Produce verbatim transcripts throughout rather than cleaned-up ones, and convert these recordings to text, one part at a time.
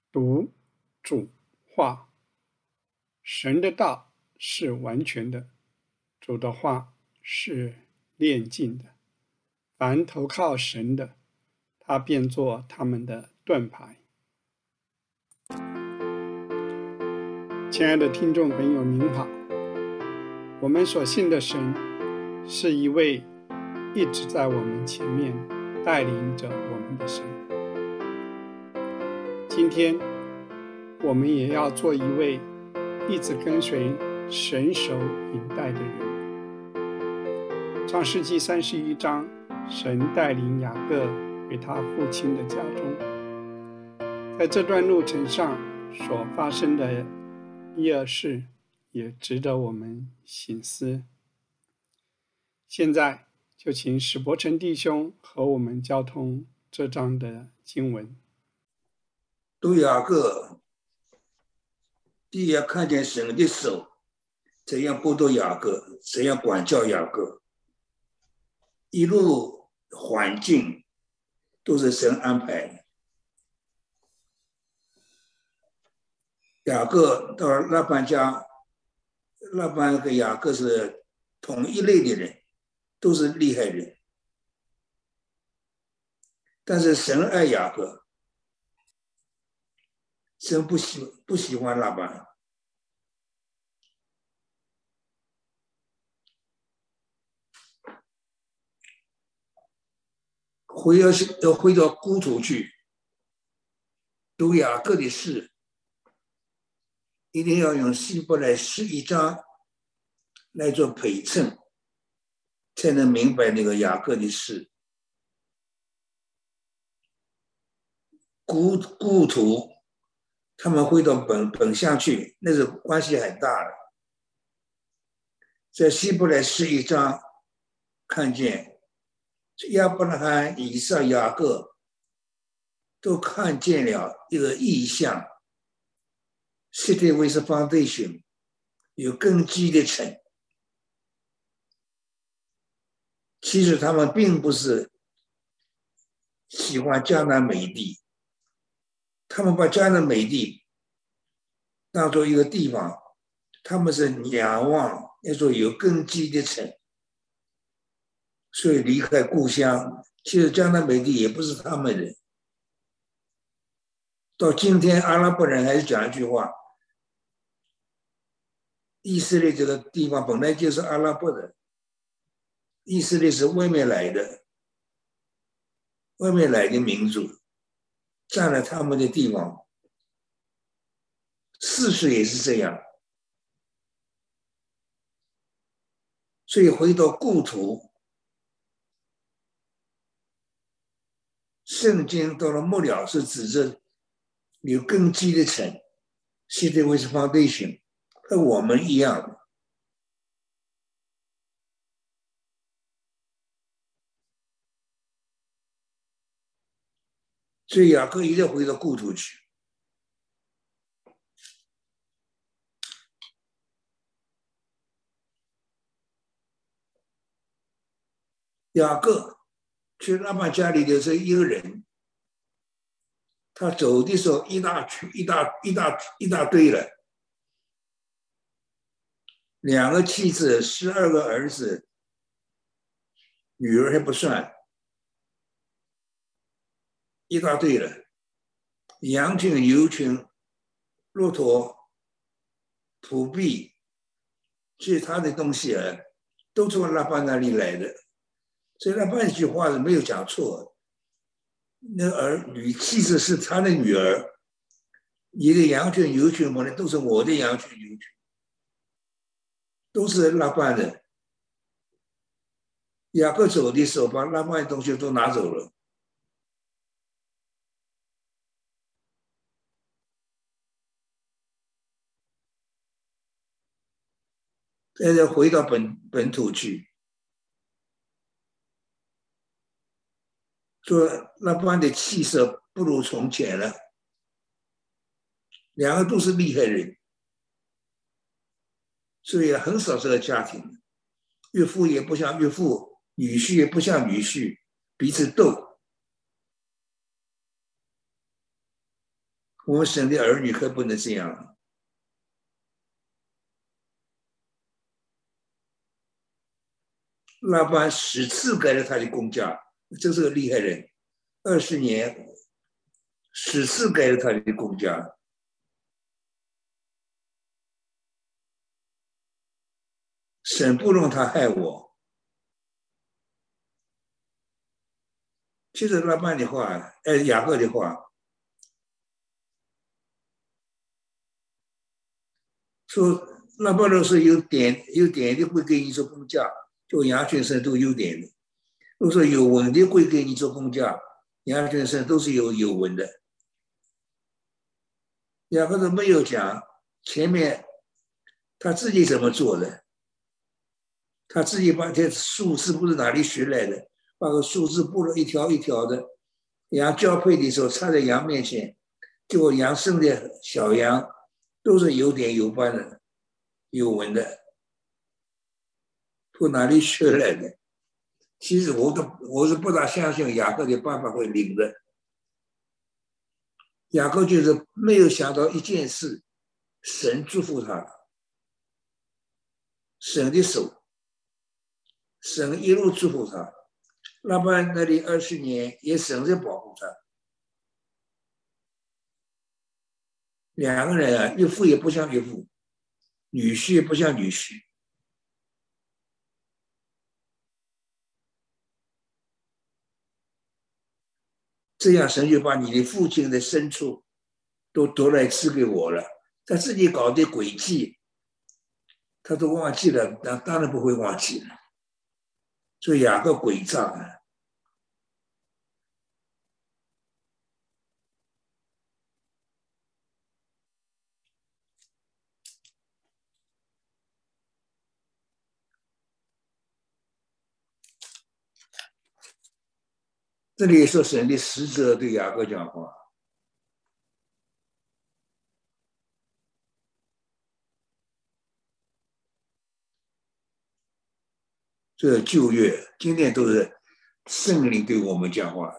读主话，神的道是完全的，主的话是炼净的。凡投靠神的，他便做他们的盾牌。亲爱的听众朋友，您好。我们所信的神是一位一直在我们前面带领着我们的神。今天我们也要做一位一直跟随神手引带的人。创世纪三十一章，神带领雅各回他父亲的家中。在这段路程上所发生的一二事，也值得我们省思。现在就请史伯成弟兄和我们交通这章的经文。 读雅各，第一要看见神的手怎样拨动雅各，怎样管教雅各，一路环境都是神安排。雅各到拉班家，拉班跟雅各是同一类的人，都是厉害人，但是神爱雅各，神不喜不喜欢拉班。回要要回到故土去，读雅各的事，一定要用希伯来十一章来做陪衬，才能明白那个雅各的事。故故土，他们回到本本乡去，那是关系很大的。在希伯来十一章看见亚伯拉罕、以撒、雅各都看见了一个意象 ，City with foundation， 有根基的城。其实他们并不是喜欢迦南美地，他们把迦南美地当作一个地方，他们是仰望那座有根基的城。所以离开故乡，其实迦南美地也不是他们人。到今天，阿拉伯人还是讲一句话：以色列这个地方本来就是阿拉伯的，以色列是外面来的，外面来的民族占了他们的地方。事实也是这样。所以回到故土。圣经到了末了是指着有根基的城 ，City with foundation， 和我们一样。所以雅各一定要回到故土去。雅各去拉班家里的这一个人，他走的时候一大群一大一大一大堆了，两个妻子，十二个儿子，女儿还不算，一大堆了，羊群、牛群、骆驼、仆婢，其他的东西啊，都从拉班那里来的。所以拉班一句话是没有讲错，那儿女妻子是他的女儿，你的羊群牛群么呢，都是我的羊群牛群，都是拉班的。雅各走的时候，把拉班的东西都拿走了。现在回到本本土去。说拉班的气色不如从前了，两个都是厉害人，所以很少这个家庭，岳父也不像岳父，女婿也不像女婿，彼此斗。 我们神的儿女可不能这样。拉班十次改了他的工价，这是个厉害人，二十年十次改了他的工价。神不容他害我。其实拉班的话，哎，雅各的话，说拉班若是有点有点的会给你做工价，就羊群身都有点的；若是有纹的会给你做工价，羊群身都是有有纹的。雅各都没有讲前面他自己怎么做的，他自己把这数字不是哪里学来的，把个数字布了一条一条的，羊交配的时候插在羊面前，结果羊生的小羊都是有点有斑的，有纹的，从哪里学来的？其实我都我是不大相信雅各的办法会灵的。雅各就是没有想到一件事，神祝福他，神的手，神一路祝福他。拉班那里二十年也神在保护他。两个人啊，岳父也不像岳父，女婿也不像女婿。这样神就把你的父亲的牲畜都夺来赐给我了。他自己搞的诡计，他都忘记了，那当然不会忘记了。所以雅各诡诈啊。这里说神的使者对雅各讲话。这旧约今天都是圣灵对我们讲话。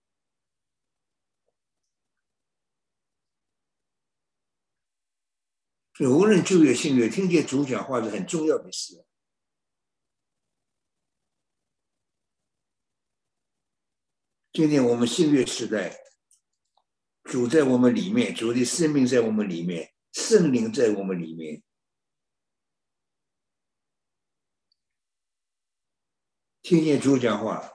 所以无论旧约新约，听见主讲话是很重要的事。今天我们新约时代，主在我们里面，主的生命在我们里面，圣灵在我们里面。听见主讲话，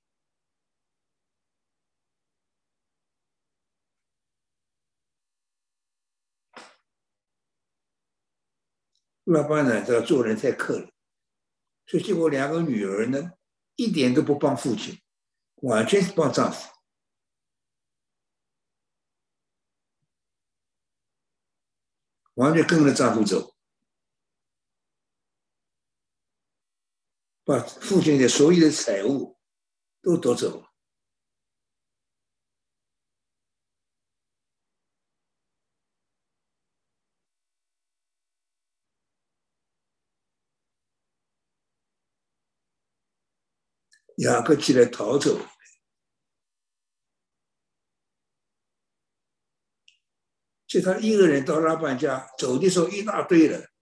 拉班呢，这做人太刻了，所以结果两个女儿呢，一点都不帮父亲，完全是帮丈夫。完全跟着丈夫走，把父亲的所有的财物都夺走。雅各起来逃走，就他一个人到拉班家，走的时候一大堆人。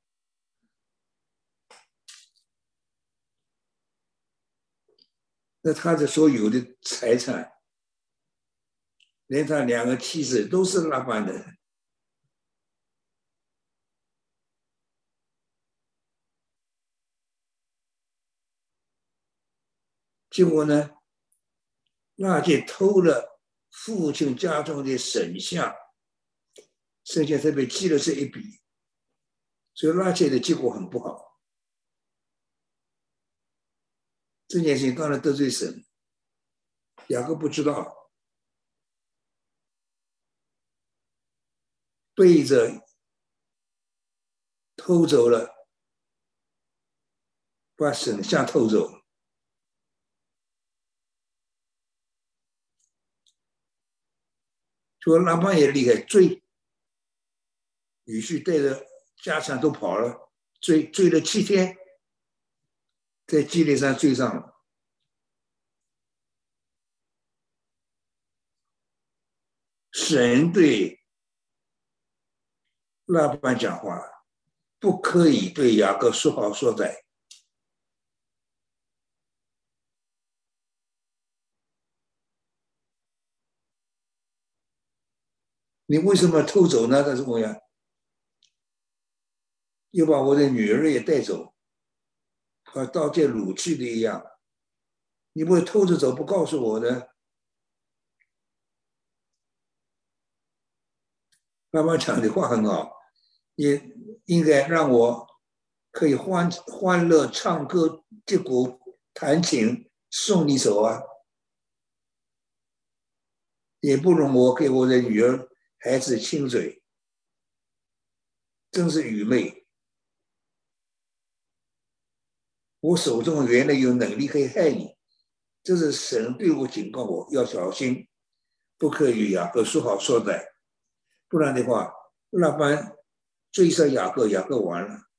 那他的所有的财产，连他两个妻子都是拉班的。结果呢，拉结偷了父亲家中的神像，剩下特别记了这一笔，所以拉结的结果很不好。这件事情当然得罪神，雅各不知道，背着偷走了，把神像偷走了。说拉班也厉害，追女婿带着家产都跑了，追追了七天，在基列山追上了。神对拉班讲话，不可以对雅各说好说歹。你为什么偷走呢？他是我呀，又把我的女儿也带走，和盗窃掳去的一样。你不会偷着走，不告诉我的。妈妈讲的话很好，也应该让我可以欢欢乐唱歌、击鼓、弹琴、送你走啊，也不容我给我的女儿孩子亲嘴，真是愚昧。我手中原来有能力可以害你，这是神对我警告我要小心，不可以与雅各说好说歹，不然的话，拉班追杀雅各，雅各完了。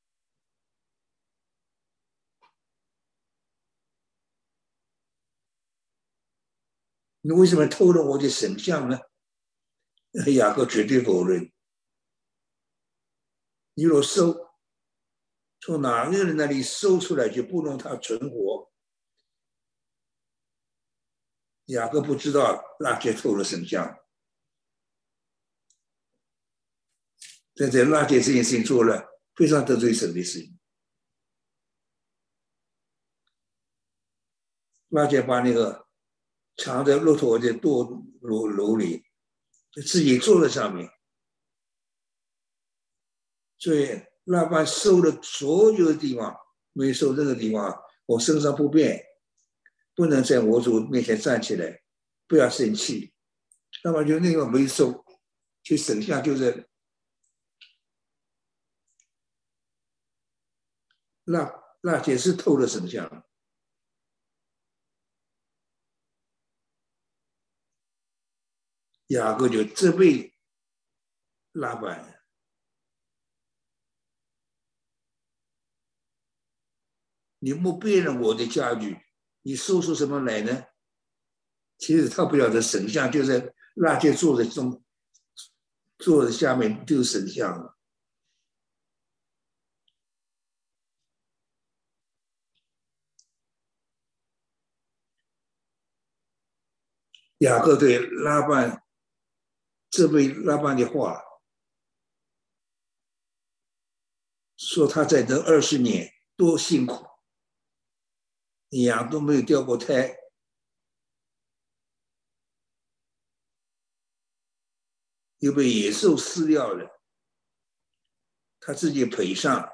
你为什么偷了我的神像呢？雅各绝对否认。你若收，从哪个人那里收出来，就不容他存活。雅各不知道拉结偷了神像，但在拉结这件事情做了非常得罪神的事情。拉结把那个藏在骆驼的垛楼楼里，自己坐在上面，所以拉班收了所有的地方，没收这个地方，我身上不便，不能在我主面前站起来，不要生气。那么就那个没收，就省下就是那那也是偷了神像。雅各就责备拉班，你莫辨认我的家具，你搜出什么来呢？其实他不晓得神像就在拉结坐在中，坐在下面就是神像了。雅各对拉班责备拉班的话，说他在这二十年多辛苦，羊都没有掉过胎，又被野兽撕掉了，他自己赔上。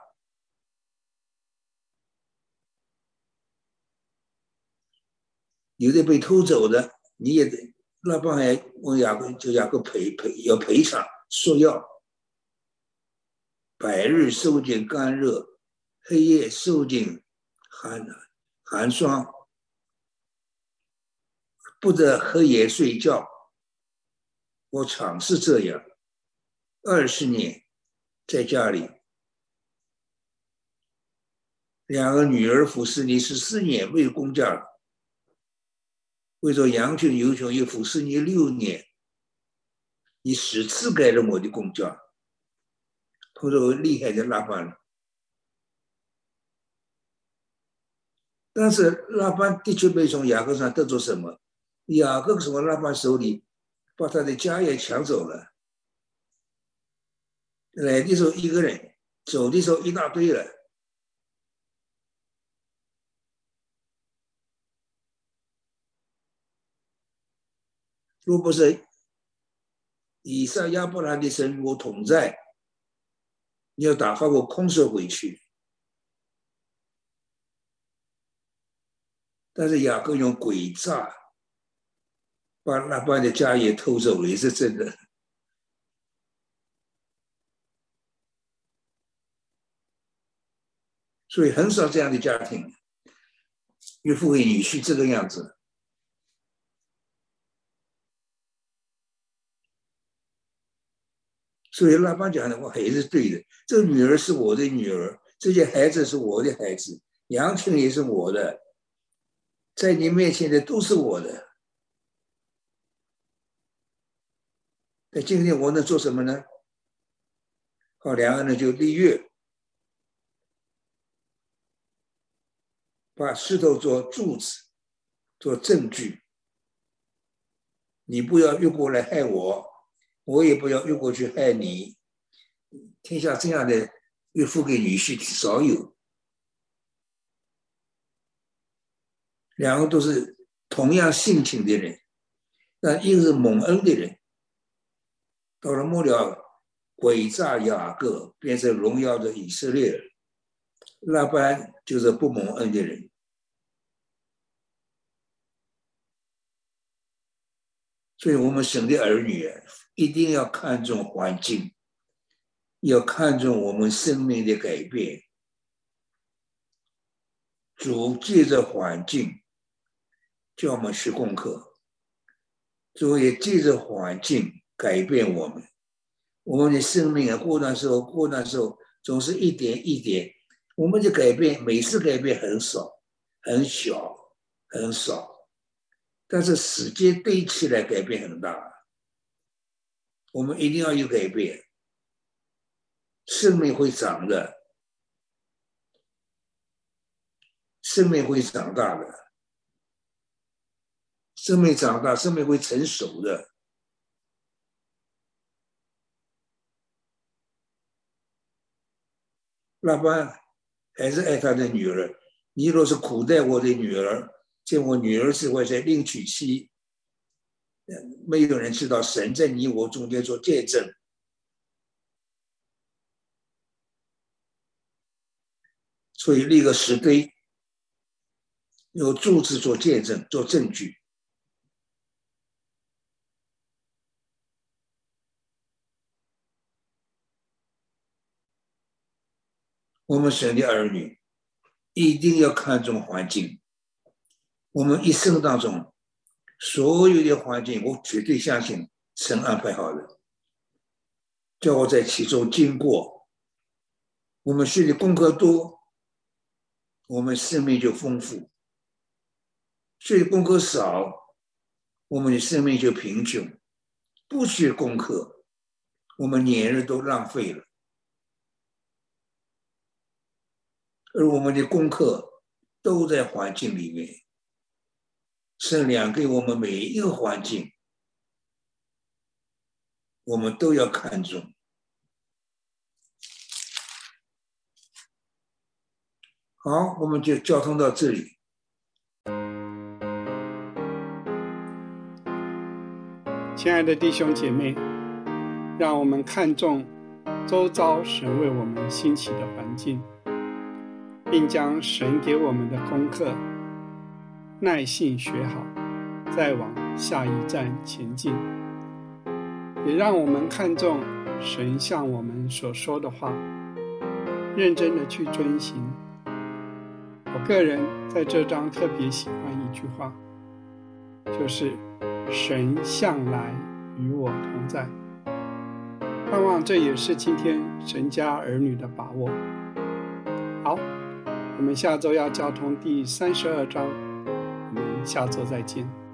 有的被偷走的，你也得拉班还问雅各，就雅各赔赔要赔偿，说要百日受尽干热，黑夜受尽寒寒霜，不得黑夜睡觉。我常是这样，二十年在家里，两个女儿服侍你十四年，为公家了。为着羊群牛群又服侍你六年，你十次改了我的工价，碰到厉害的拉班了。但是拉班的确没从雅各上得着什么，雅各从拉班手里把他的家业抢走了，来的时候一个人，走的时候一大堆了。若不是以撒亚伯兰的神与我同在，你要打发我空手回去。但是雅各用诡诈把拉班的家业偷走了，也是真的。所以很少这样的家庭，岳父给女婿这个样子。所以拉班讲的话还是对的，这个女儿是我的女儿，这些孩子是我的孩子，羊群也是我的，在你面前的都是我的。那今天我能做什么呢？ 好，两个人就立约，把石头做柱子，做证据。你不要越过来害我，我也不要越过去害你。天下这样的岳父给女婿少有，两个都是同样性情的人，但一个是蒙恩的人，到了末了诡诈雅各，变成荣耀的以色列人。拉班就是不蒙恩的人。所以我们神的儿女一定要看重环境，要看重我们生命的改变。主借着环境叫我们学功课，主也借着环境改变我们。我们的生命啊，过段时候过段时候总是一点一点，我们的改变每次改变很少很小很少，但是时间堆起来改变很大。我们一定要有改变，生命会长的，生命会长大的，生命长大，生命会成熟的。拉班还是爱他的女儿，你若是苦待我的女儿，见我女儿是会再另娶妻，没有人知道神在你我中间做见证。所以立个石堆，有柱子做见证，做证据。我们神的儿女一定要看重环境。我们一生当中所有的环境，我绝对相信神安排好的，叫我在其中经过。我们学的功课多，我们生命就丰富；学的功课少，我们的生命就贫穷。不学功课，我们年日都浪费了。而我们的功课都在环境里面，神量给我们每一个环境，我们都要看重。好，我们就交通到这里。 亲爱的弟兄姐妹，让我们看重周遭神为我们兴起的环境，并将神给我们的功课耐性学好，再往下一站前进。也让我们看重神向我们所说的话，认真的去遵行。我个人在这章特别喜欢一句话，就是神向来与我同在。盼望这也是今天神家儿女的把握。好，我们下周要交通第三十二章，我们下周再见。